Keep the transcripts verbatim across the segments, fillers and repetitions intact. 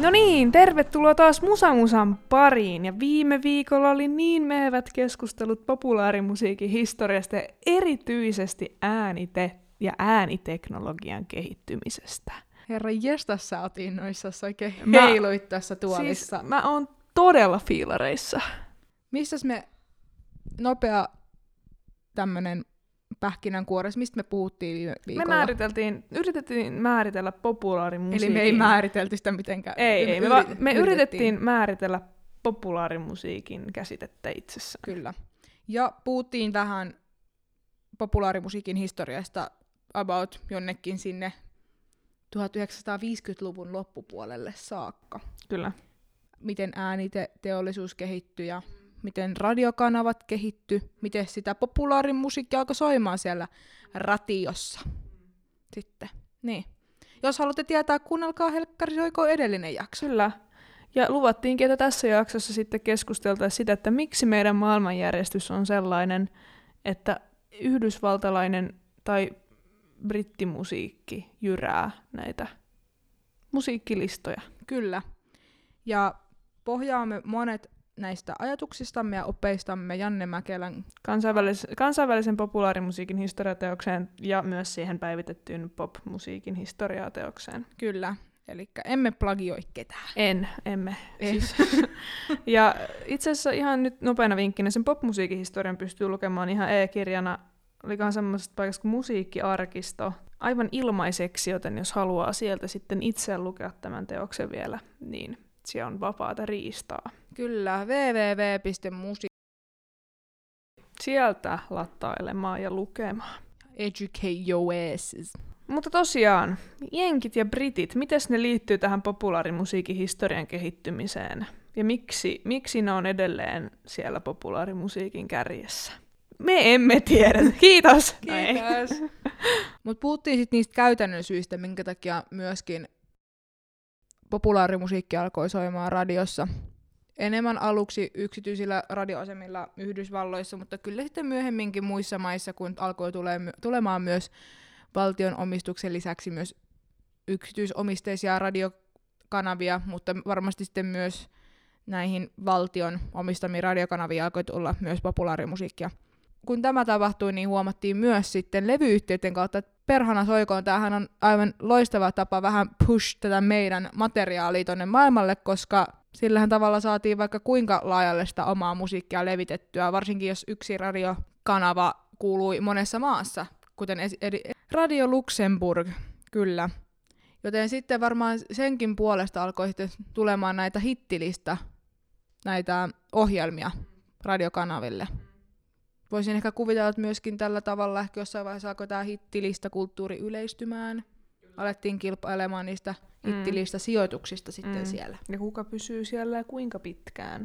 No niin, tervetuloa taas Musamusan pariin. Ja viime viikolla oli niin mehevät keskustelut populaarimusiikin historiasta ja erityisesti äänite- ja ääniteknologian kehittymisestä. Herra jestas, sä oot innoissasi, oikein Mä- heiluit tässä tuolissa. Siis mä oon todella fiilareissa. Missäs me, nopea tämmönen pähkinänkuores, mistä me puhuttiin viime Me viikolla? määriteltiin, yritettiin määritellä populaarimusiikin. Eli me ei määritelty sitä mitenkään. Ei, me ei. Me, yrit- va- me yritettiin. yritettiin määritellä populaarimusiikin käsitettä itsessään. Kyllä. Ja puhuttiin vähän populaarimusiikin historiasta about jonnekin sinne tuhatyhdeksänsataaviisikymmentäluvun loppupuolelle saakka. Kyllä. Miten ääniteollisuus kehittyi ja miten radiokanavat kehittyi, miten sitä populaarimusiikkia alkoi soimaan siellä ratiossa. Sitten, niin. Jos haluatte tietää, kuunnelkaa Helkkari soikoo edellinen jakso. Kyllä. Ja luvattiinkin, että tässä jaksossa sitten keskusteltaisiin sitä, että miksi meidän maailmanjärjestys on sellainen, että yhdysvaltalainen tai brittimusiikki jyrää näitä musiikkilistoja. Kyllä. Ja pohjaamme monet näistä ajatuksistamme ja opeistamme Janne Mäkelän Kansainvälis- kansainvälisen populaarimusiikin historiateokseen ja myös siihen päivitettyyn pop-musiikin historiateokseen. Kyllä. Eli emme plagioi ketään. En, emme. Ei. Siis. Ja itse asiassa ihan nyt nopeana vinkkinä sen popmusiikin historian pystyy lukemaan ihan e-kirjana. Olikohan semmoisesta paikasta kuin Musiikkiarkisto. Aivan ilmaiseksi, joten jos haluaa sieltä sitten itse lukea tämän teoksen vielä, niin se on vapaata riistaa. Kyllä. www piste musi Sieltä lattailemaan ja lukemaan. educate your asses. Mutta tosiaan, jenkit ja britit, miten ne liittyy tähän populaarimusiikin historian kehittymiseen? Ja miksi, miksi ne on edelleen siellä populaarimusiikin kärjessä? Me emme tiedä. Kiitos! No ei. Kiitos. Mutta puhuttiin sitten niistä käytännön syistä, minkä takia myöskin populaarimusiikki alkoi soimaan radiossa. Enemmän aluksi yksityisillä radioasemilla Yhdysvalloissa, mutta kyllä sitten myöhemminkin muissa maissa, kun alkoi tule- tulemaan myös valtion omistuksen lisäksi myös yksityisomisteisia radiokanavia, mutta varmasti sitten myös näihin valtion omistamiin radiokanaviin alkoi tulla myös populaarimusiikkia. Kun tämä tapahtui, niin huomattiin myös sitten levyyhtiöiden kautta, että perhana soikoon, tämähän on aivan loistava tapa vähän push tätä meidän materiaalia tonne maailmalle, koska sillähän tavalla saatiin vaikka kuinka laajalle sitä omaa musiikkia levitettyä, varsinkin jos yksi radiokanava kuului monessa maassa, kuten esi- edi- Radio Luxemburg, kyllä. Joten sitten varmaan senkin puolesta alkoi sitten tulemaan näitä hittilista, näitä ohjelmia radiokanaville. Voisin ehkä kuvitella, että myöskin tällä tavalla ehkä jossain vaiheessa alkoi tämä hittilista kulttuuri yleistymään. Alettiin kilpailemaan niistä Mm. hittilista sijoituksista sitten Mm. siellä. Ja kuka pysyy siellä ja kuinka pitkään?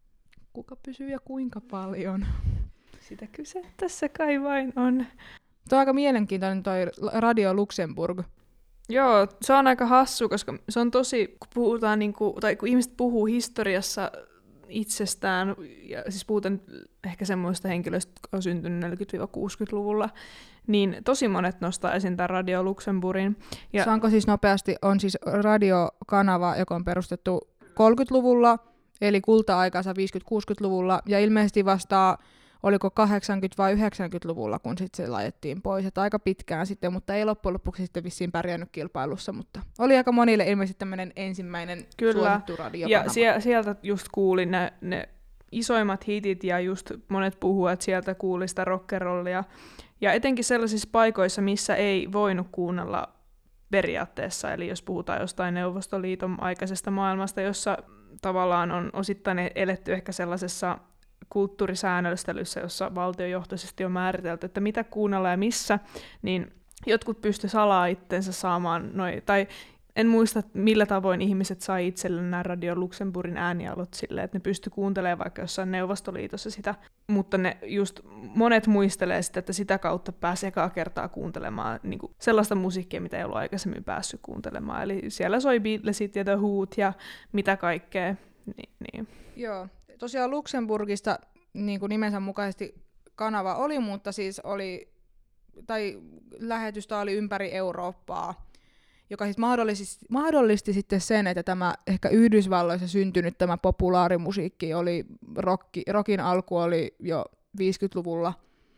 Kuka pysyy ja kuinka paljon? Sitä kyse tässä kai vain on. Tuo on aika mielenkiintoinen toi Radio Luxemburg. Joo, se on aika hassu, koska se on tosi, kun puhutaan, niin kuin, tai kun ihmiset puhuu historiassa itsestään, ja siis puhutaan ehkä semmoista henkilöistä, jotka on syntynyt neljäkymmentä-kuusikymmentäluvulla, niin tosi monet nostaa esiin tämän Radio Luxemburgin. Ja Saanko siis nopeasti, on siis radiokanava, joka on perustettu kolmekymmentäluvulla, eli kulta-aikansa viisikymmentä-kuusikymmentäluvulla, ja ilmeisesti vastaa, oliko kahdeksankymmentä- vai yhdeksänkymmentäluvulla, kun sitten se laitettiin pois, että aika pitkään sitten, mutta ei loppujen lopuksi sitten vissiin pärjännyt kilpailussa, mutta oli aika monille ilmeisesti tämmöinen ensimmäinen Kyllä. suosittu radiokanava. Ja sie- sieltä just kuulin ne, ne isoimmat hitit, ja just monet puhuu, että sieltä kuuli sitä rockerollia. Ja etenkin sellaisissa paikoissa, missä ei voinut kuunnella periaatteessa, eli jos puhutaan jostain Neuvostoliiton aikaisesta maailmasta, jossa tavallaan on osittain eletty ehkä sellaisessa kulttuurisäännöstelyssä, jossa valtiojohtoisesti on määritelty, että mitä kuunnella ja missä, niin jotkut pysty salaa itsensä saamaan, noi, tai en muista, millä tavoin ihmiset sai itselleen nämä Radio Luxemburgin äänialot silleen, että ne pysty kuuntelemaan vaikka jossain Neuvostoliitossa sitä, mutta ne just monet muistelee sitä, että sitä kautta pääsee ekaa kertaa kuuntelemaan niin kuin sellaista musiikkia, mitä ei ollut aikaisemmin päässyt kuuntelemaan. Eli siellä soi Beatlesit ja The Who't ja mitä kaikkea. Ni- niin. Joo, tosiaan Luxemburgista niin kuin nimensä mukaisesti kanava oli, mutta siis oli, tai lähetystä oli ympäri Eurooppaa. joka siis mahdollisti, mahdollisti sitten sen, että tämä ehkä Yhdysvalloissa syntynyt tämä populaarimusiikki oli, rocki, rockin alku oli jo viisikymmentäluvulla,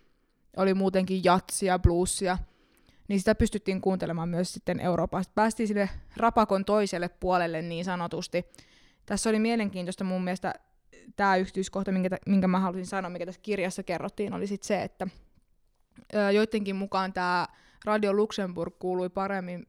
oli muutenkin jatsia, bluesia, niin sitä pystyttiin kuuntelemaan myös sitten Euroopassa. Päästiin sille rapakon toiselle puolelle niin sanotusti. Tässä oli mielenkiintoista mun mielestä tämä yksityiskohta, minkä, minkä mä halusin sanoa, mikä tässä kirjassa kerrottiin, oli sitten se, että joidenkin mukaan tämä Radio Luxemburg kuului paremmin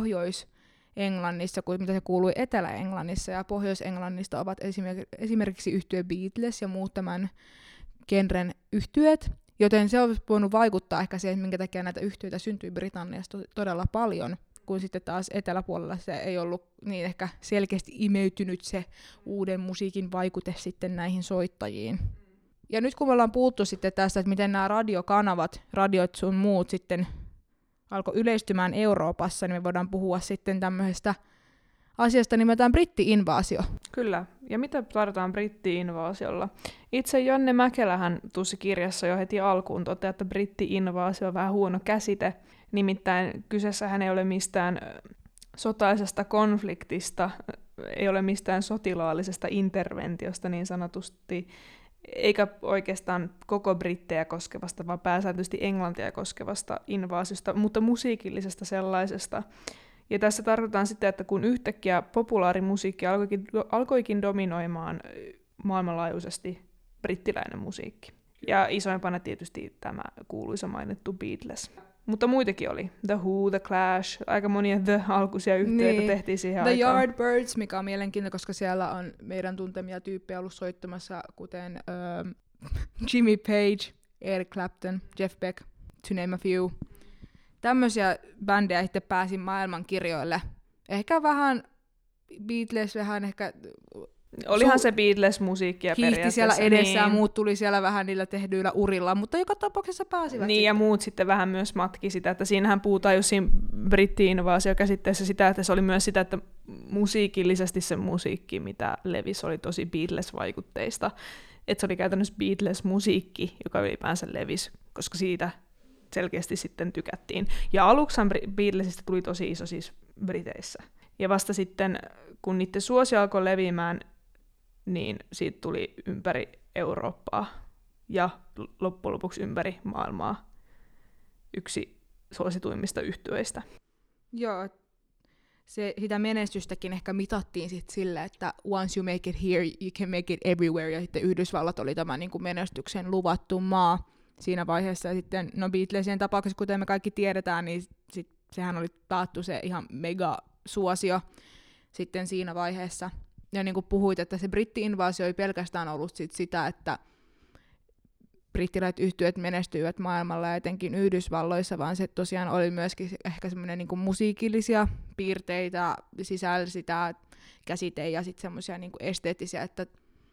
Pohjois-Englannissa kuin mitä se kuului Etelä-Englannissa, ja Pohjois-Englannista ovat esimerkiksi yhtye Beatles ja muut tämän genren yhtyeet, joten se on voinut vaikuttaa ehkä siihen, minkä takia näitä yhtyeitä syntyi Britanniassa todella paljon, kun sitten taas eteläpuolella se ei ollut niin ehkä selkeästi imeytynyt se uuden musiikin vaikute sitten näihin soittajiin. Ja nyt kun me ollaan puhuttu sitten tästä, että miten nämä radiokanavat, radiot sun muut sitten alkoi yleistymään Euroopassa, niin me voidaan puhua sitten tämmöisestä asiasta nimeltään britti-invaasio. Kyllä. Ja mitä tarvitaan britti-invaasiolla? Itse Janne Mäkelähän tuossa kirjassa jo heti alkuun toteaa, että britti-invaasio on vähän huono käsite. Nimittäin kyseessähän ei ole mistään sotaisesta konfliktista, ei ole mistään sotilaallisesta interventiosta niin sanotusti, eikä oikeastaan koko brittejä koskevasta, vaan pääsääntöisesti Englantia koskevasta invaasiosta, mutta musiikillisesta sellaisesta. Ja tässä tarkoitan sitä, että kun yhtäkkiä populaarimusiikki alkoikin, alkoikin dominoimaan maailmanlaajuisesti brittiläinen musiikki. Ja isoimpana tietysti tämä kuuluisa mainittu Beatles. Mutta muitakin oli. The Who, The Clash, aika monia The-alkuisia yhtyeitä niin tehtiin siihen The aikaan. Yardbirds, mikä on mielenkiintoinen, koska siellä on meidän tuntemia tyyppejä ollut soittamassa, kuten um, Jimmy Page, Eric Clapton, Jeff Beck, to name a few. Tämmöisiä bändejä sitten pääsin maailman kirjoille. Ehkä vähän Beatles, vähän ehkä... Olihan su- se Beatles-musiikkia periaatteessa. Hiihti siellä edessä niin. Ja muut tuli siellä vähän niillä tehdyillä urilla, mutta joka tapauksessa pääsivät Niin, sitten. ja muut sitten vähän myös matki sitä, että siinähän puhutaan just siinä britti-invaasiokäsitteessä sitä, että se oli myös sitä, että musiikillisesti se musiikki, mitä levisi, oli tosi Beatles-vaikutteista. Että se oli käytännössä Beatles-musiikki, joka ylipäänsä levisi, koska siitä selkeästi sitten tykättiin. Ja aluksan Beatlesista tuli tosi iso siis Briteissä. Ja vasta sitten, kun niiden suosio alkoi leviämään, niin siitä tuli ympäri Eurooppaa ja loppujen lopuksi ympäri maailmaa yksi suosituimmista yhtyeistä. Joo, se, sitä menestystäkin ehkä mitattiin sit sillä, että once you make it here, you can make it everywhere, ja sitten Yhdysvallat oli tämä niin kuin menestyksen luvattu maa siinä vaiheessa. Ja sitten, no Beatlesien tapauksessa, kuten me kaikki tiedetään, niin sit, sehän oli taattu se ihan mega suosio sitten siinä vaiheessa. Ja niin kuin puhuit, että se britti-invaasio ei pelkästään ollut sit sitä, että brittiläiset yhtyöt menestyivät maailmalla ja etenkin Yhdysvalloissa, vaan se tosiaan oli myöskin ehkä semmoinen niin kuin musiikillisia piirteitä, sisälsi sitä käsite ja sitten semmoisia niin kuin esteettisiä, että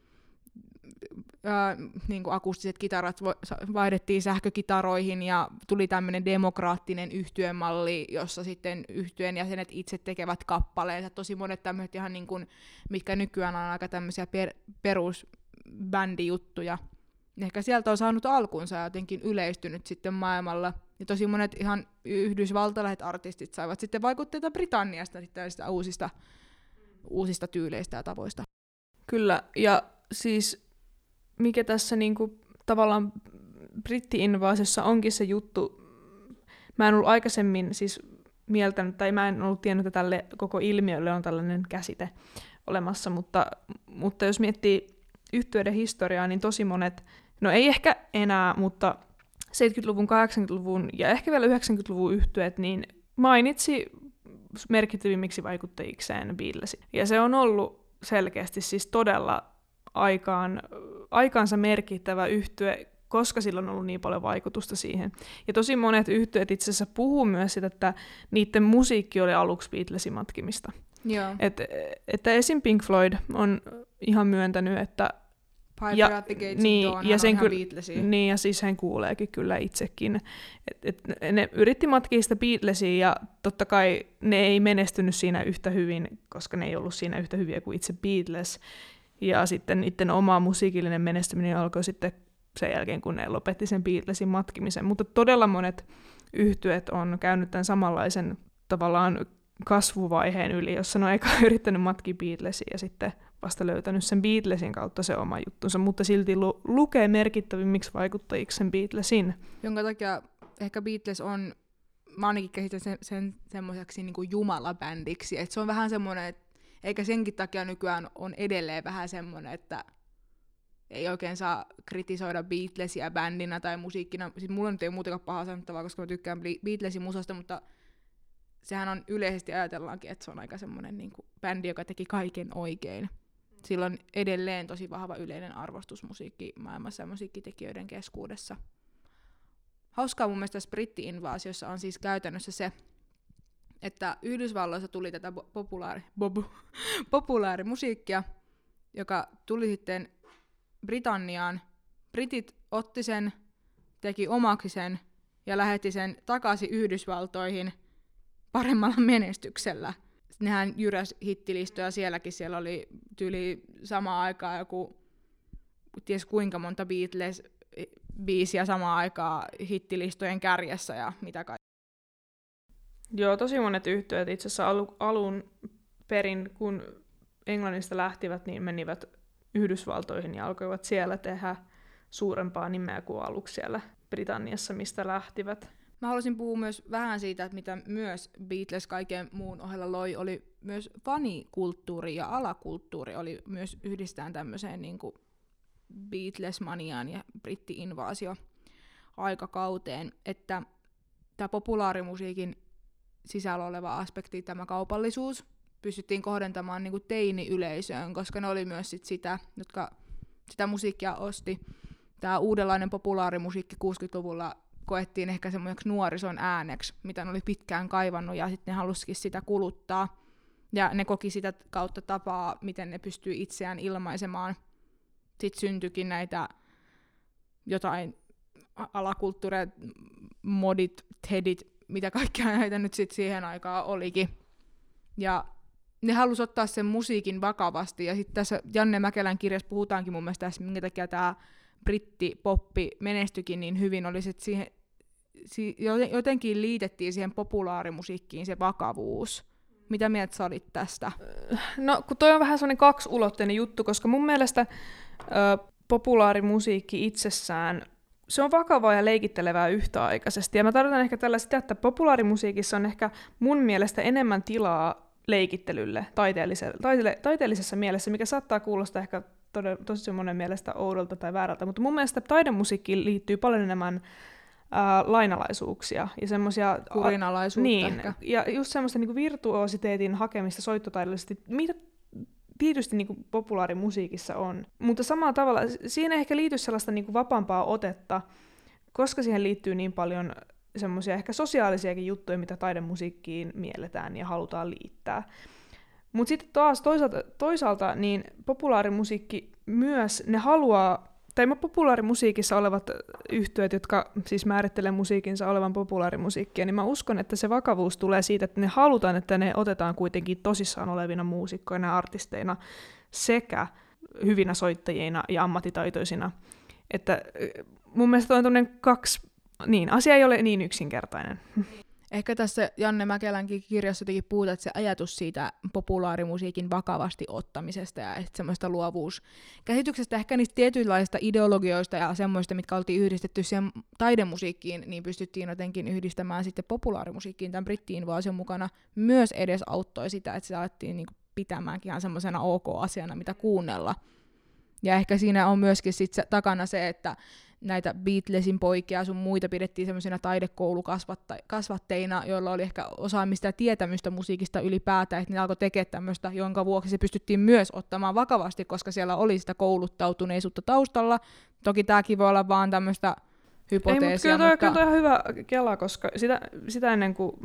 ää, niin kuin akustiset kitarat vaihdettiin sähkökitaroihin ja tuli tämmöinen demokraattinen yhtyemalli, jossa sitten yhtyeen jäsenet itse tekevät kappaleita. Tosi monet tämmöiset ihan niin kuin, mitkä nykyään on aika tämmöisiä per, perusbändijuttuja. Ehkä sieltä on saanut alkunsa ja jotenkin yleistynyt sitten maailmalla. Ja tosi monet ihan yhdysvaltalaiset artistit saivat sitten vaikutteita Britanniasta sitten sitä uusista, uusista tyyleistä ja tavoista. Kyllä, ja siis mikä tässä niinku tavallaan britti-invaasiossa onkin se juttu, mä en ollut aikaisemmin siis mieltänyt, tai mä en ollut tiennyt, että tälle koko ilmiölle on tällainen käsite olemassa, mutta, mutta jos miettii yhtyeiden historiaa, niin tosi monet, no ei ehkä enää, mutta seitsemänkymmentäluvun, kahdeksankymmentäluvun ja ehkä vielä yhdeksänkymmentäluvun yhtyeet, niin mainitsi merkittävimmiksi vaikuttajikseen Beatlesin. Ja se on ollut selkeästi siis todella aikaan, aikaansa merkittävä yhtye, koska sillä on ollut niin paljon vaikutusta siihen. Ja tosi monet yhtyeet itse asiassa puhuu myös sitä, että niiden musiikki oli aluksi Beatlesin matkimista. Joo. Et, että esim. Pink Floyd on ihan myöntänyt, että Piper ja, at the Gates niin, of Dawn, ja on sen ihan ky- Beatlesia. Niin, ja siis hän kuuleekin kyllä itsekin. Et, et ne yritti matkia sitä Beatlesia, ja totta kai ne ei menestynyt siinä yhtä hyvin, koska ne ei ollut siinä yhtä hyviä kuin itse Beatles. Ja sitten niiden oma musiikillinen menestyminen alkoi sitten sen jälkeen, kun ne lopetti sen Beatlesin matkimisen. Mutta todella monet yhtyeet on käynyt tämän samanlaisen tavallaan kasvuvaiheen yli, jossa ne on eka yrittänyt matkia Beatlesia ja sitten vasta löytänyt sen Beatlesin kautta se oma juttunsa, mutta silti lu- lukee merkittävimmiksi vaikuttajiksi sen Beatlesin. Jonka takia ehkä Beatles on, mä ainakin käsitän sen, sen semmoiseksi niin kuin jumalabändiksi, että se on vähän semmoinen, että eikä senkin takia nykyään on edelleen vähän semmoinen, että ei oikein saa kritisoida Beatlesia bändinä tai musiikkina. Siis mulla nyt ei muutenkaan pahaa sanottavaa, koska mä tykkään Beatlesin musasta, mutta sehän on yleisesti ajatellaankin, että se on aika semmoinen niin kuin bändi, joka teki kaiken oikein. Sillä on edelleen tosi vahva yleinen arvostus musiikkimaailmassa ja musiikkitekijöiden keskuudessa. Hauskaa mun mielestä tässä britti-invaasiossa on siis käytännössä se, että Yhdysvalloissa tuli tätä populaari, bobu, populaarimusiikkia, joka tuli sitten Britanniaan. Britit otti sen, teki omaksi sen ja lähetti sen takaisin Yhdysvaltoihin paremmalla menestyksellä. Nehän jyräs hittilistoja sielläkin, siellä oli tyyli samaan aikaan joku, ties kuinka monta Beatles-biisiä samaan aikaan hittilistojen kärjessä ja mitä kaikkea. Joo, tosi monet yhtyeet itse asiassa alu, alun perin, kun Englannista lähtivät, niin menivät Yhdysvaltoihin ja alkoivat siellä tehdä suurempaa nimeä kuin aluksi siellä Britanniassa, mistä lähtivät. Mä haluaisin puhua myös vähän siitä, että mitä myös Beatles kaiken muun ohella loi, oli myös fanikulttuuri ja alakulttuuri oli myös yhdistään tämmöiseen niin kuin Beatles-maniaan ja britti-invaasio aikakauteen, että tämä populaarimusiikin sisällä oleva aspekti, tämä kaupallisuus, pystyttiin kohdentamaan niin kuin teini-yleisöön, koska ne oli myös sit sitä, jotka sitä musiikkia osti. Tämä uudenlainen populaarimusiikki kuusikymmentäluvulla koettiin ehkä semmoiseksi nuorison ääneksi, mitä ne oli pitkään kaivannut, ja sitten ne halusikin sitä kuluttaa. Ja ne koki sitä kautta tapaa, miten ne pystyy itseään ilmaisemaan. Sitten syntyikin näitä jotain alakulttuureja, modit, tedit, mitä kaikkea näitä nyt sitten siihen aikaan olikin. Ja ne halusi ottaa sen musiikin vakavasti, ja sitten tässä Janne Mäkelän kirjassa puhutaankin mun mielestä tässä, minkä takia tämä brittipoppi menestyikin niin hyvin, oli että siihen, si, jotenkin liitettiin siihen populaarimusiikkiin se vakavuus. Mitä mieltä sä olit tästä? No, kun toi on vähän semmoinen kaksiulotteinen juttu, koska mun mielestä ö, populaarimusiikki itsessään, se on vakavaa ja leikittelevää yhtäaikaisesti. Ja mä tarkoitan ehkä tällä sitä, että populaarimusiikissa on ehkä mun mielestä enemmän tilaa leikittelylle taiteellisessa, taiteellisessa mielessä, mikä saattaa kuulostaa ehkä todella, tosi monen mielestä oudolta tai väärältä, mutta mun mielestä taidemusiikkiin liittyy paljon enemmän ää, lainalaisuuksia ja semmoisia kurinalaisuutta niin, ehkä. Ja just semmoista niinku virtuositeetin hakemista soittotaidollisesti, mitä tietysti niinku populaarimusiikissa on. Mutta samalla tavalla siinä ehkä liittyy sellaista niinku vapaampaa otetta, koska siihen liittyy niin paljon semmoisia ehkä sosiaalisiakin juttuja, mitä taidemusiikkiin mielletään ja halutaan liittää. Mutta sitten taas toisaalta, toisaalta niin populaarimusiikki myös, ne haluaa, tai populaarimusiikissa olevat yhtyöt, jotka siis määrittelee musiikinsa olevan populaarimusiikkia, niin mä uskon, että se vakavuus tulee siitä, että ne halutaan, että ne otetaan kuitenkin tosissaan olevina muusikkoina ja artisteina sekä hyvinä soittajina ja ammattitaitoisina. Että mun mielestä on tämmöinen kaksi, niin asia ei ole niin yksinkertainen. Ehkä tässä Janne Mäkelänkin kirjassa jotenkin puhutaan, että se ajatus siitä populaarimusiikin vakavasti ottamisesta ja semmoista luovuuskäsityksestä, ehkä niistä tietynlaisista ideologioista ja semmoista, mitkä oltiin yhdistetty siihen taidemusiikkiin, niin pystyttiin jotenkin yhdistämään sitten populaarimusiikkiin tämän britti-invaasion mukana, myös edes auttoi sitä, että se alettiin niinku pitämäänkin ihan semmoisena ok-asiana, mitä kuunnella. Ja ehkä siinä on myöskin sit se, takana se, että näitä Beatlesin poikia sun muita pidettiin semmoisina taidekoulukasvatteina, joilla oli ehkä osaamista ja tietämystä musiikista ylipäätään, että ne alkoi tekemään tämmöistä, jonka vuoksi se pystyttiin myös ottamaan vakavasti, koska siellä oli sitä kouluttautuneisuutta taustalla. Toki tämäkin voi olla vaan tämmöistä hypoteesia. Ei, mutta kyllä toi, mutta... kyllä toi on ihan hyvä kela, koska sitä, sitä ennen kuin...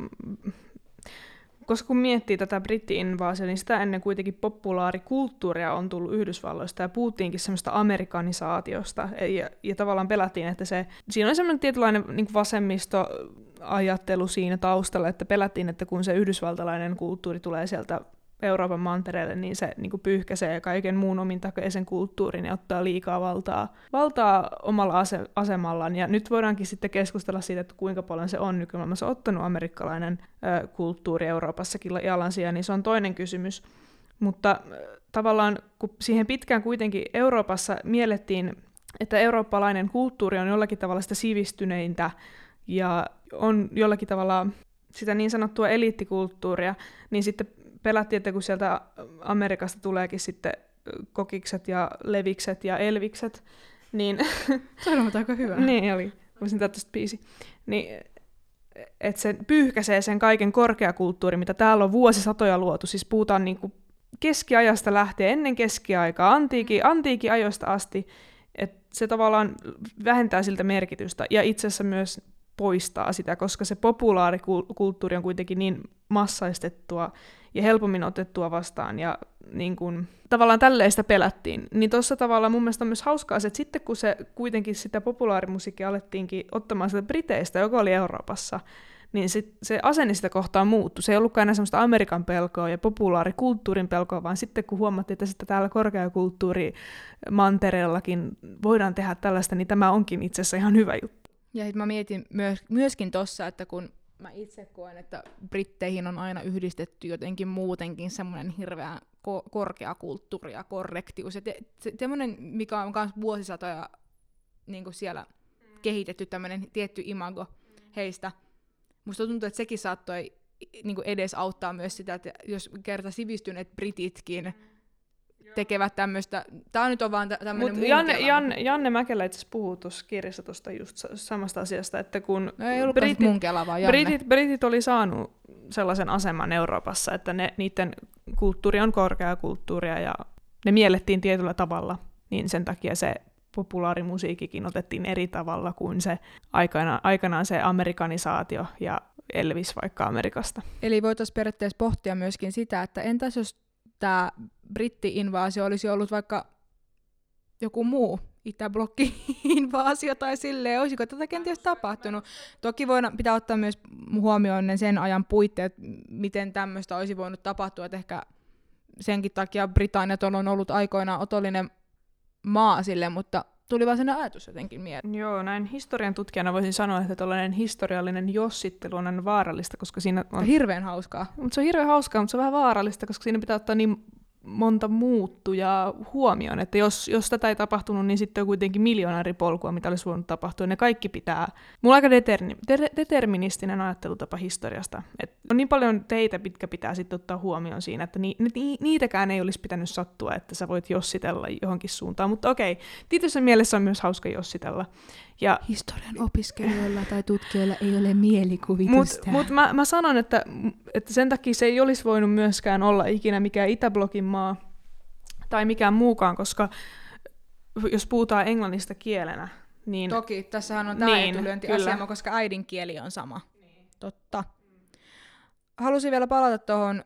Koska kun miettii tätä britti-invaasiota, niin sitä ennen kuitenkin populaarikulttuuria on tullut Yhdysvalloista ja puhuttiinkin semmoista amerikanisaatiosta ja, ja tavallaan pelättiin, että se, siinä on semmoinen tietynlainen niin kuin vasemmistoajattelu siinä taustalla, että pelättiin, että kun se yhdysvaltalainen kulttuuri tulee sieltä Euroopan mantereelle, niin se niin kuin pyyhkäisee kaiken muun omintakeisen kulttuurin ja ottaa liikaa valtaa, valtaa omalla ase- asemallaan. Ja nyt voidaankin sitten keskustella siitä, että kuinka paljon se on nykymaailmassa ottanut amerikkalainen ö, kulttuuri Euroopassakin jalansijaa, niin se on toinen kysymys. Mutta ö, tavallaan, kun siihen pitkään kuitenkin Euroopassa miellettiin, että eurooppalainen kulttuuri on jollakin tavalla sitä sivistyneintä ja on jollakin tavalla sitä niin sanottua eliittikulttuuria, niin sitten pelättiin, että kun sieltä Amerikasta tuleekin sitten kokikset ja levikset ja elvikset, niin... Se on aika hyvä. Niin oli. Voisin tehdä tästä biisi. Niin, että se pyyhkäisee sen kaiken korkeakulttuurin, mitä täällä on vuosisatoja luotu. Siis puhutaan niinku keskiajasta lähtien, ennen keskiaikaa, antiikin, antiikin ajoista asti. Että se tavallaan vähentää siltä merkitystä ja itse asiassa myös poistaa sitä, koska se populaarikulttuuri on kuitenkin niin massaistettua ja helpommin otettua vastaan, ja niin kun, tavallaan tälleen sitä pelättiin. Niin tuossa tavalla mun mielestä on myös hauskaa, että sitten kun se kuitenkin sitä populaarimusiikkia alettiinkin ottamaan sitä Briteistä, joka oli Euroopassa, niin sit se asenne sitä kohtaan muuttui. Se ei ollutkaan enää semmoista Amerikan pelkoa ja populaarikulttuurin pelkoa, vaan sitten kun huomattiin, että sitä täällä korkeakulttuurimantereellakin voidaan tehdä tällaista, niin tämä onkin itse asiassa ihan hyvä juttu. Ja sitten mä mietin myös, myöskin tossa, että kun mä itse koen, että britteihin on aina yhdistetty jotenkin muutenkin semmoinen hirveä ko- korkea kulttuuri ja korrektius. Ja te- se, semmoinen, mikä on myös vuosisatoja niin kuin siellä mm. kehitetty tämmöinen tietty imago mm. heistä. Musta tuntuu, että sekin saattoi niin kuin edes auttaa myös sitä, että jos kerta sivistyneet brititkin mm. tekevät tämmöistä, tää nyt on vaan tämmöinen Mut Janne, Janne, Janne Mäkelä itse asiassa puhuu tuossa kirjassa tuosta just samasta asiasta, että kun no ei britit, mun kela, vaan Janne. Britit, britit oli saanut sellaisen aseman Euroopassa, että ne, niiden kulttuuri on korkeaa kulttuuria ja ne miellettiin tietyllä tavalla, niin sen takia se populaarimusiikkikin otettiin eri tavalla kuin se aikana, aikanaan se amerikanisaatio ja Elvis vaikka Amerikasta. Eli voitaisiin periaatteessa pohtia myöskin sitä, että entäs jos tämä britti-invaasio olisi ollut vaikka joku muu Itäblokki-invaasio tai silleen, olisiko tätä kenties tapahtunut. Toki voidaan, pitää ottaa myös huomioon ne sen ajan puitteet, miten tämmöistä olisi voinut tapahtua, että ehkä senkin takia Britanniat on ollut aikoinaan otollinen maa sille, mutta tuli vaan sen ajatus jotenkin mieleen. Joo, näin historian tutkijana voisin sanoa, että tällainen historiallinen jossittelu on vaarallista, koska siinä on... Hirveän hauskaa. Mutta se on hirveän hauskaa, mutta se on vähän vaarallista, koska siinä pitää ottaa niin monta muuttujaa huomioon, että jos, jos tätä ei tapahtunut, niin sitten on kuitenkin miljoonääripolkua, mitä olisi voinut tapahtua, ne kaikki pitää. Mulla on aika deterni, de- deterministinen ajattelutapa historiasta, että on niin paljon teitä, mitkä pitää sitten ottaa huomioon siinä, että ni, ni, niitäkään ei olisi pitänyt sattua, että sä voit jossitella johonkin suuntaan, mutta okei, tietyssä mielessä on myös hauska jossitella. Ja historian opiskelijoilla tai tutkijoilla ei ole mielikuvitusta. Mutta mut mä, mä sanon, että, että sen takia se ei olisi voinut myöskään olla ikinä mikään Itäblokin maa tai mikään muukaan, koska jos puhutaan englannista kielenä, niin... Toki, tässähän on tämä niin, etulyöntiasema, koska äidinkieli on sama. Niin. Totta. Halusin vielä palata tuohon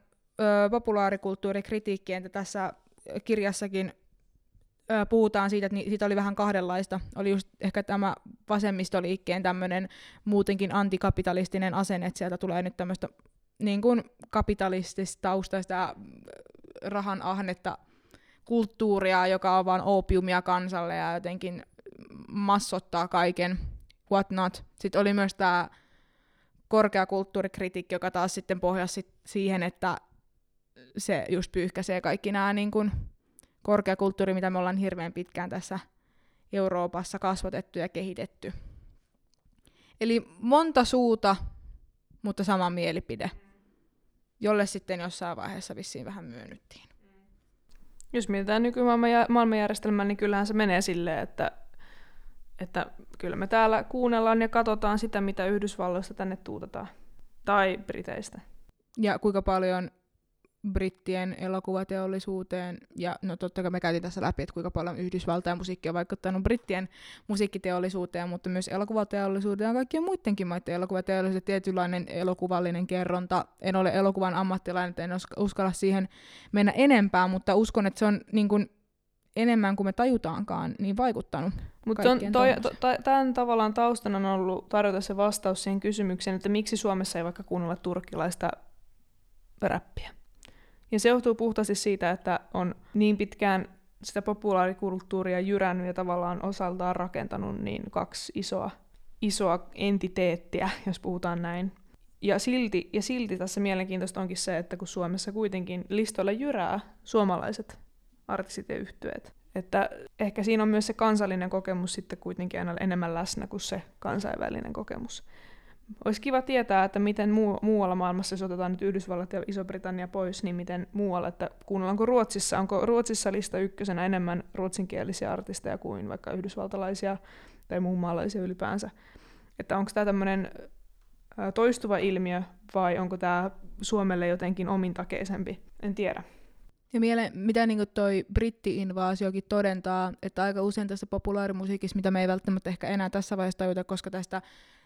populaarikulttuurikritiikkiin, että tässä kirjassakin puhutaan siitä, että siitä oli vähän kahdenlaista. Oli just ehkä tämä vasemmistoliikkeen tämmöinen muutenkin antikapitalistinen asenne, että sieltä tulee nyt tämmöistä niin kuin kapitalistista taustaista rahan ahnetta kulttuuria, joka on vaan opiumia kansalle ja jotenkin massottaa kaiken what not. Sitten oli myös tämä korkeakulttuurikritiikki, joka taas sitten pohjasi siihen, että se just pyyhkäisee kaikki nämä niin kuin korkeakulttuuri, mitä me ollaan hirveän pitkään tässä Euroopassa kasvatettu ja kehitetty. Eli monta suuta, mutta sama mielipide, jolle sitten jossain vaiheessa vissiin vähän myönnyttiin. Jos mietitään nykymaailmanjärjestelmää, niin kyllähän se menee silleen, että, että kyllä me täällä kuunnellaan ja katsotaan sitä, mitä Yhdysvalloista tänne tuutetaan. Tai Briteistä. Ja kuinka paljon brittien elokuvateollisuuteen, ja no totta kai me käytiin tässä läpi, että kuinka paljon Yhdysvaltain musiikki on vaikuttanut brittien musiikkiteollisuuteen, mutta myös elokuvateollisuuteen ja kaikkien muidenkin maiden elokuvateollisuuteen, tietynlainen elokuvallinen kerronta. En ole elokuvan ammattilainen, en uskalla siihen mennä enempää, mutta uskon, että se on niin kuin enemmän kuin me tajutaankaan, niin vaikuttanut. Mutta to, tämän tavallaan taustana on ollut tarjota se vastaus siihen kysymykseen, että miksi Suomessa ei vaikka kuunnella turkkilaista räppiä. Ja se johtuu puhtaasti siitä, että on niin pitkään sitä populaarikulttuuria jyrännyt ja tavallaan osaltaan rakentanut niin kaksi isoa, isoa entiteettiä, jos puhutaan näin. Ja silti, ja silti tässä mielenkiintoista onkin se, että kun Suomessa kuitenkin listoilla jyrää suomalaiset artistit ja yhtyeet, että ehkä siinä on myös se kansallinen kokemus sitten kuitenkin aina enemmän läsnä kuin se kansainvälinen kokemus. Olisi kiva tietää, että miten muu, muualla maailmassa, jos otetaan nyt Yhdysvallat ja Iso-Britannia pois, niin miten muualla, että kuunnellaanko Ruotsissa, onko Ruotsissa lista ykkösenä enemmän ruotsinkielisiä artisteja kuin vaikka yhdysvaltalaisia tai muunmaalaisia ylipäänsä. Että onko tämä tämmöinen toistuva ilmiö vai onko tämä Suomelle jotenkin omintakeisempi, en tiedä. Ja miele, mitä niin toi britti-invaasiokin todentaa, että aika usein tässä populaarimusiikissa, mitä me ei välttämättä ehkä enää tässä vaiheessa tajuta, koska tästä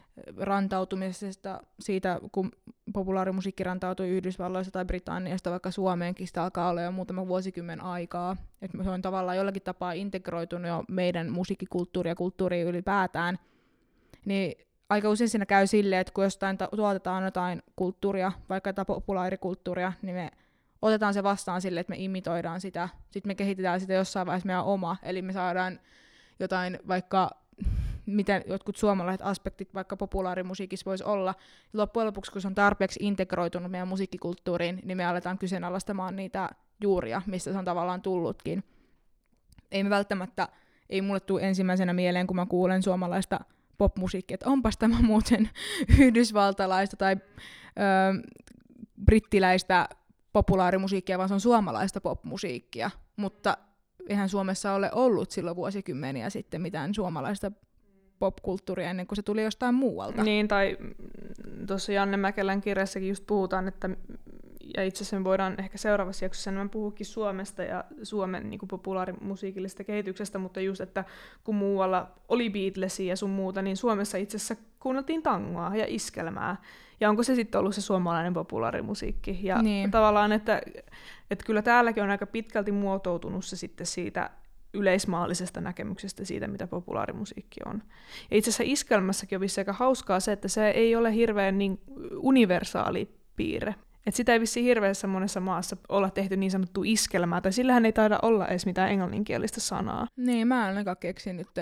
rantautumisesta, siitä kun populaarimusiikki rantautui Yhdysvalloista tai Britanniasta vaikka Suomeenkin, sitä alkaa olla jo muutama vuosikymmen aikaa. Että se on tavallaan jollakin tapaa integroitunut jo meidän musiikkikulttuuri ja kulttuuri ylipäätään. Niin aika usein siinä käy silleen, että kun jostain tuotetaan jotain kulttuuria, vaikka jotain populaarikulttuuria, niin me otetaan se vastaan silleen, että me imitoidaan sitä. Sitten me kehitetään sitä jossain vaiheessa meidän oma. Eli me saadaan jotain vaikka miten jotkut suomalaiset aspektit vaikka populaarimusiikissa voisi olla. Ja loppujen lopuksi, kun se on tarpeeksi integroitunut meidän musiikkikulttuuriin, niin me aletaan kyseenalaistamaan niitä juuria, mistä se on tavallaan tullutkin. Ei me välttämättä, ei mulle tule ensimmäisenä mieleen, kun mä kuulen suomalaista popmusiikkia, että onpas tämä muuten yhdysvaltalaista tai ö, brittiläistä populaarimusiikkia, vaan se on suomalaista popmusiikkia. Mutta eihän Suomessa ole ollut silloin vuosikymmeniä sitten mitään suomalaista popkulttuuria ennen kuin se tuli jostain muualta. Niin, tai tuossa Janne Mäkelän kirjassakin just puhutaan, että ja itse asiassa me voidaan ehkä seuraavassa jaksossa enemmän puhuakin Suomesta ja Suomen niin kuin populaarimusiikillisesta kehityksestä, mutta just, että kun muualla oli Beatlesia ja sun muuta, niin Suomessa itse asiassa kuunneltiin tangoa ja iskelmää. Ja onko se sitten ollut se suomalainen populaarimusiikki? Ja niin. Tavallaan, että, että kyllä täälläkin on aika pitkälti muotoutunut se sitten siitä yleismaallisesta näkemyksestä siitä, mitä populaarimusiikki on. Ja itse asiassa iskelmässäkin on vissi aika hauskaa se, että se ei ole hirveän niin universaali piirre. Että sitä ei vissiin hirveässä monessa maassa olla tehty niin sanottu iskelmää, tai sillähän ei taida olla edes mitään englanninkielistä sanaa. Niin, mä en ainakaan keksin nyt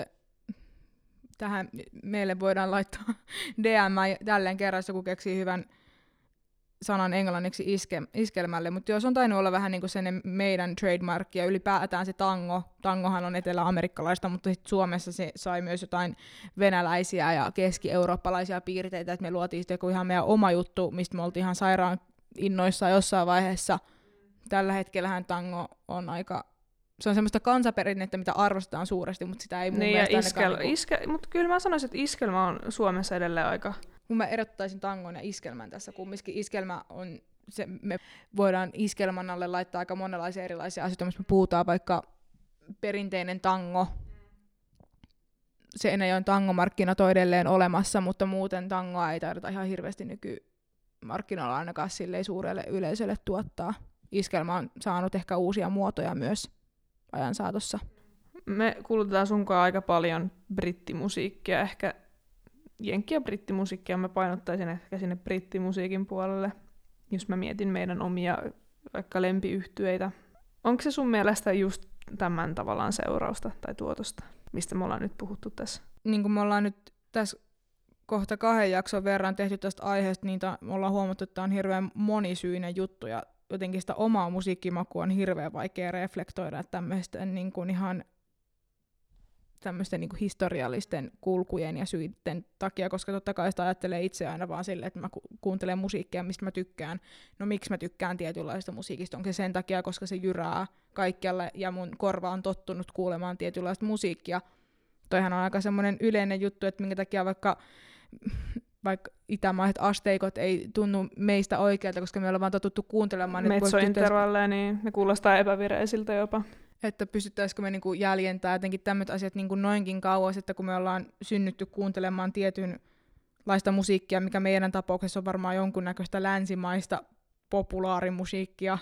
tähän, meille voidaan laittaa D M tälleen kerran, kun keksii hyvän sanan englanniksi iske, iskelmälle, mutta jos on tainnut olla vähän niin kuin sen meidän trademark, ja ylipäätään se tango, tangohan on etelä-amerikkalaista, mutta sitten Suomessa se sai myös jotain venäläisiä ja keski-eurooppalaisia piirteitä, että me luotiin sitten joku ihan meidän oma juttu, mistä me oltiin ihan sairaan innoissaan jossain vaiheessa. Tällä hetkellähän tango on aika, se on semmoista kansaperinnettä, mitä arvostetaan suuresti, mutta sitä ei mun niin, mielestä iskel, niinku iske, mutta kyllä mä sanoisin, että iskelmä on Suomessa edelleen aika. Mun mä erottaisin tangon ja iskelmän tässä kumminkin. Iskelmä on, se, me voidaan iskelmän alle laittaa aika monenlaisia erilaisia asioita, missä me puhutaan vaikka perinteinen tango. Seinäjoen tangomarkkinat on edelleen olemassa, mutta muuten tangoa ei taideta ihan hirveästi nykymarkkinoilla ainakaan silleen suurelle yleisölle tuottaa. Iskelmä on saanut ehkä uusia muotoja myös ajan saatossa. Me kulutetaan sunkaan aika paljon brittimusiikkia, ehkä jenkki- ja brittimusiikkia. Mä painottaisin ehkä sinne brittimusiikin puolelle, jos mä mietin meidän omia vaikka lempiyhtyeitä. Onko se sun mielestä just tämän tavallaan seurausta tai tuotosta, mistä me ollaan nyt puhuttu tässä? Niin kuin me ollaan nyt tässä kohta kahden jakson verran tehty tästä aiheesta, niin ta- me ollaan huomattu, että tämä on hirveän monisyinen juttu, ja jotenkin sitä omaa musiikkimakua on hirveän vaikea reflektoida tämmöistä niin kuin ihan tämmöisten niin kuin historiallisten kulkujen ja syiden takia, koska totta kai sitä ajattelee itse aina vaan silleen, että mä ku- kuuntelen musiikkia, mistä mä tykkään. No miksi mä tykkään tietynlaista musiikista? Onko se sen takia, koska se jyrää kaikkialle ja mun korva on tottunut kuulemaan tietynlaista musiikkia? Toihan on aika semmoinen yleinen juttu, että minkä takia vaikka, vaikka itämaiset asteikot ei tunnu meistä oikealta, koska me ollaan vaan totuttu kuuntelemaan. Metsointervalleja, niin ne kuulostaa epävireisiltä jopa. Että pystyttäisikö me niinku jäljentämään jotenkin tämmöiset asiat niinku noinkin kauas, että kun me ollaan synnytty kuuntelemaan tietynlaista musiikkia, mikä meidän tapauksessa on varmaan jonkunnäköistä länsimaista populaarimusiikkia,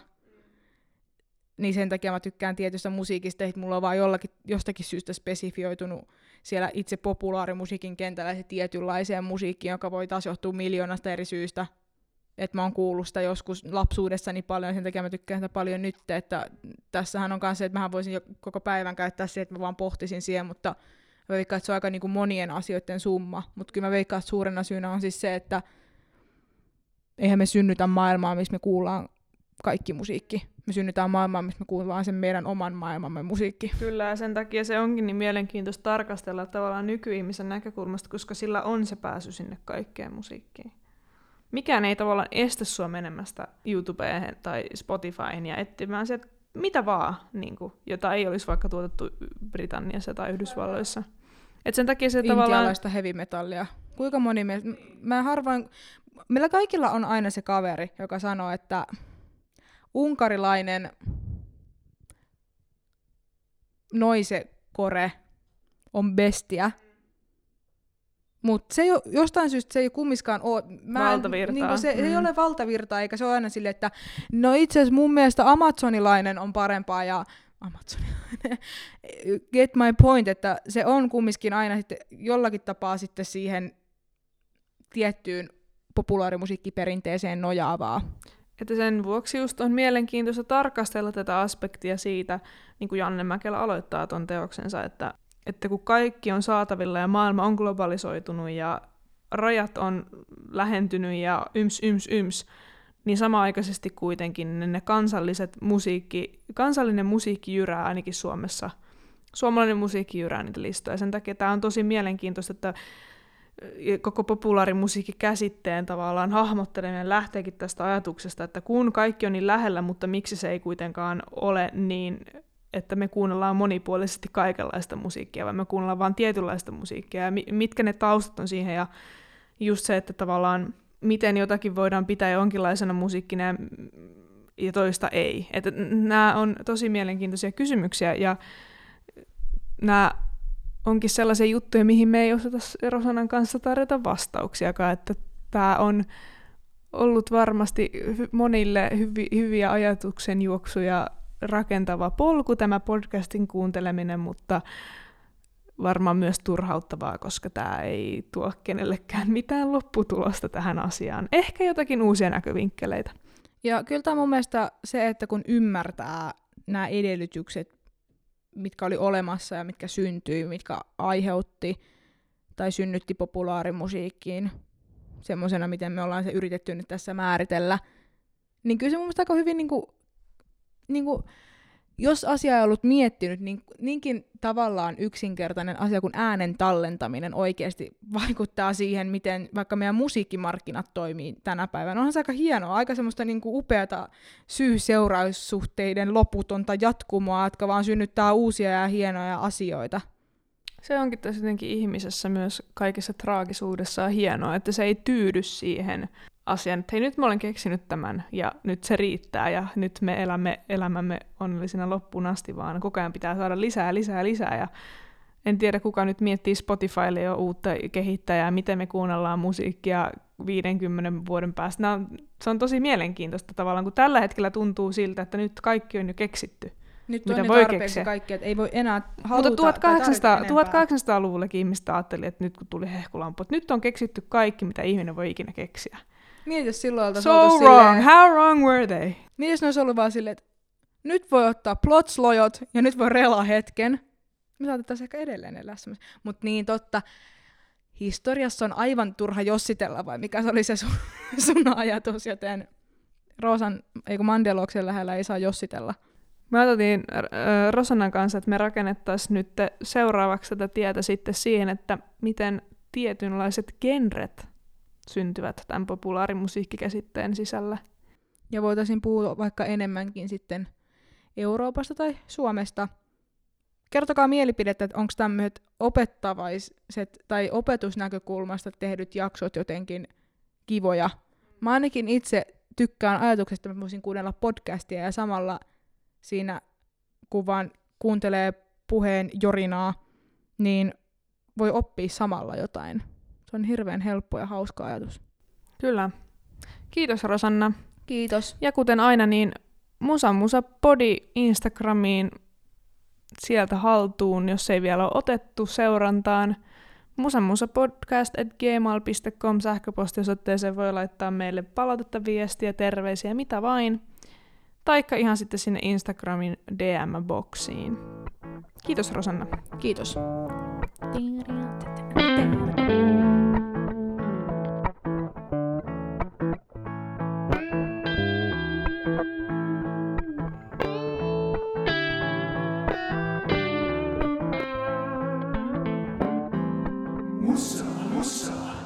niin sen takia mä tykkään tietystä musiikista, että mulla on vaan jollakin, jostakin syystä spesifioitunut siellä itse populaarimusiikin kentällä se tietynlaiseen musiikkiin, joka voi taas johtua miljoonasta eri syystä. että mä oon kuullut sitä joskus lapsuudessani paljon, ja sen takia mä tykkään sitä paljon nyt, että tässähän on myös se, että mähän voisin jo koko päivän käyttää siihen, että mä vaan pohtisin siihen, mutta mä veikkaan, että se on aika niin kuin monien asioiden summa, mutta kyllä mä veikkaan, että suurena syynä on siis se, että eihän me synnytä maailmaa, missä me kuullaan kaikki musiikki. Me synnytään maailmaan, missä me kuullaan sen meidän oman maailmamme musiikki. Kyllä, ja sen takia se onkin niin mielenkiintoista tarkastella tavallaan nykyihmisen näkökulmasta, koska sillä on se pääsy sinne kaikkeen musiikkiin. Mikään ei tavallaan estä sua menemästä YouTubeen tai Spotifyin ja etsimään sieltä mitä vaan, niin kuin, jota ei olisi vaikka tuotettu Britanniassa tai Yhdysvalloissa. Et sen takia se tavallaan... Intialaista heavy metallia. Kuinka moni mies... Mä harvoin... Meillä kaikilla on aina se kaveri, joka sanoo, että unkarilainen noise kore on bestia. Mutta se ei ole, jostain syystä se ei kumminkaan ole... Mä valtavirtaa. Niin se, mm. se ei ole valtavirtaa, eikä se ole aina silleen, että no itse asiassa mun mielestä amazonilainen on parempaa ja... Amazonilainen. Get my point, että se on kumminkin aina sitten jollakin tapaa sitten siihen tiettyyn populaarimusiikkiperinteeseen nojaavaa. Että sen vuoksi just on mielenkiintoista tarkastella tätä aspektia siitä, niin kuin Janne Mäkelä aloittaa ton teoksensa, että, että kun kaikki on saatavilla ja maailma on globalisoitunut ja rajat on lähentynyt ja yms, yms, yms, niin samaaikaisesti kuitenkin ne kansalliset musiikki, kansallinen musiikki jyrää ainakin Suomessa. Suomalainen musiikki jyrää niitä listoja. Sen takia tämä on tosi mielenkiintoista, että koko populaarimusiikin käsitteen tavallaan hahmotteleminen lähteekin tästä ajatuksesta, että kun kaikki on niin lähellä, mutta miksi se ei kuitenkaan ole niin, että me kuunnellaan monipuolisesti kaikenlaista musiikkia, vaan me kuunnellaan vain tietynlaista musiikkia, ja mitkä ne taustat on siihen, ja just se, että tavallaan miten jotakin voidaan pitää jonkinlaisena musiikkina ja toista ei. Että nämä on tosi mielenkiintoisia kysymyksiä, ja nämä onkin sellaisia juttuja, mihin me ei osata Rosannan kanssa tarjota vastauksiakaan, että tämä on ollut varmasti monille hyvi, hyviä ajatuksen juoksuja rakentava polku, tämä podcastin kuunteleminen, mutta varmaan myös turhauttavaa, koska tämä ei tuo kenellekään mitään lopputulosta tähän asiaan. Ehkä jotakin uusia näkövinkkeleitä. Ja kyllä tämä mun mielestä se, että kun ymmärtää nämä edellytykset, mitkä oli olemassa ja mitkä syntyi, mitkä aiheutti tai synnytti populaarimusiikkiin semmoisena, miten me ollaan se yritetty nyt tässä määritellä, niin kyllä se mun mielestä aika hyvin, niin kuin, niin kuin, jos asia ei ollut miettinyt, niin niinkin tavallaan yksinkertainen asia kuin äänen tallentaminen oikeasti vaikuttaa siihen, miten vaikka meidän musiikkimarkkinat toimii tänä päivänä. Onhan se aika hienoa, aika semmoista niin kuin upeata syy-seuraussuhteiden loputonta jatkumoa, jotka vaan synnyttää uusia ja hienoja asioita. Se onkin tässä jotenkin ihmisessä myös kaikessa traagisuudessaan hienoa, että se ei tyydy siihen asiaan, että hei, nyt mä olen keksinyt tämän ja nyt se riittää ja nyt me elämme elämämme onnellisena loppuun asti, vaan koko ajan pitää saada lisää, lisää, lisää. Ja en tiedä, kuka nyt miettii Spotifylle jo uutta kehittäjää, miten me kuunnellaan musiikkia viidenkymmenen vuoden päästä. Nämä on, se on tosi mielenkiintoista tavallaan, kun tällä hetkellä tuntuu siltä, että nyt kaikki on jo keksitty. Nyt mitä on voi tarpeeksi keksiä. Kaikki, että ei voi enää haluta Mutta tuhatkahdeksansataaluvullakin ihmiset ajatteli, että nyt kun tuli hehkulampu, että nyt on keksitty kaikki, mitä ihminen voi ikinä keksiä. Mietis silloin, että so wrong, silleen, how wrong were they? Mietis ne olisi ollut vaan silleen, että nyt voi ottaa plotslojot ja nyt voi relaa hetken. Me saatettaisiin ehkä edelleen elää semmoisen. Mutta niin totta, historiassa on aivan turha jossitella, vai mikä se oli se sun, sun ajatus, joten Rosan, eikö Mandeloksen lähellä ei saa jossitella. Me otettiin äh, Rosannan kanssa, että me rakennettaisiin nyt seuraavaksi tätä tietä sitten siihen, että miten tietynlaiset genret syntyvät tämän populaarimusiikkikäsitteen sisällä. Ja voitaisiin puhua vaikka enemmänkin sitten Euroopasta tai Suomesta. Kertokaa mielipidettä, että onko tämmöiset opettavaiset tai opetusnäkökulmasta tehdyt jaksot jotenkin kivoja. Mä ainakin itse tykkään ajatuksesta, että mä voisin kuunnella podcastia ja samalla siinä, kun vaan kuuntelee puheen jorinaa, niin voi oppia samalla jotain. Se on hirveän helppo ja hauska ajatus. Kyllä. Kiitos Rosanna. Kiitos. Ja kuten aina, niin Musa Musa Podi Instagramiin sieltä haltuun, jos ei vielä ole otettu seurantaan. musamusapodcast at gmail dot com sähköpostiosoitteeseen voi laittaa meille palautetta, viestiä, terveisiä, mitä vain. Taikka ihan sitten sinne Instagramin D M-boksiin. Kiitos Rosanna. Kiitos. Musa, musa.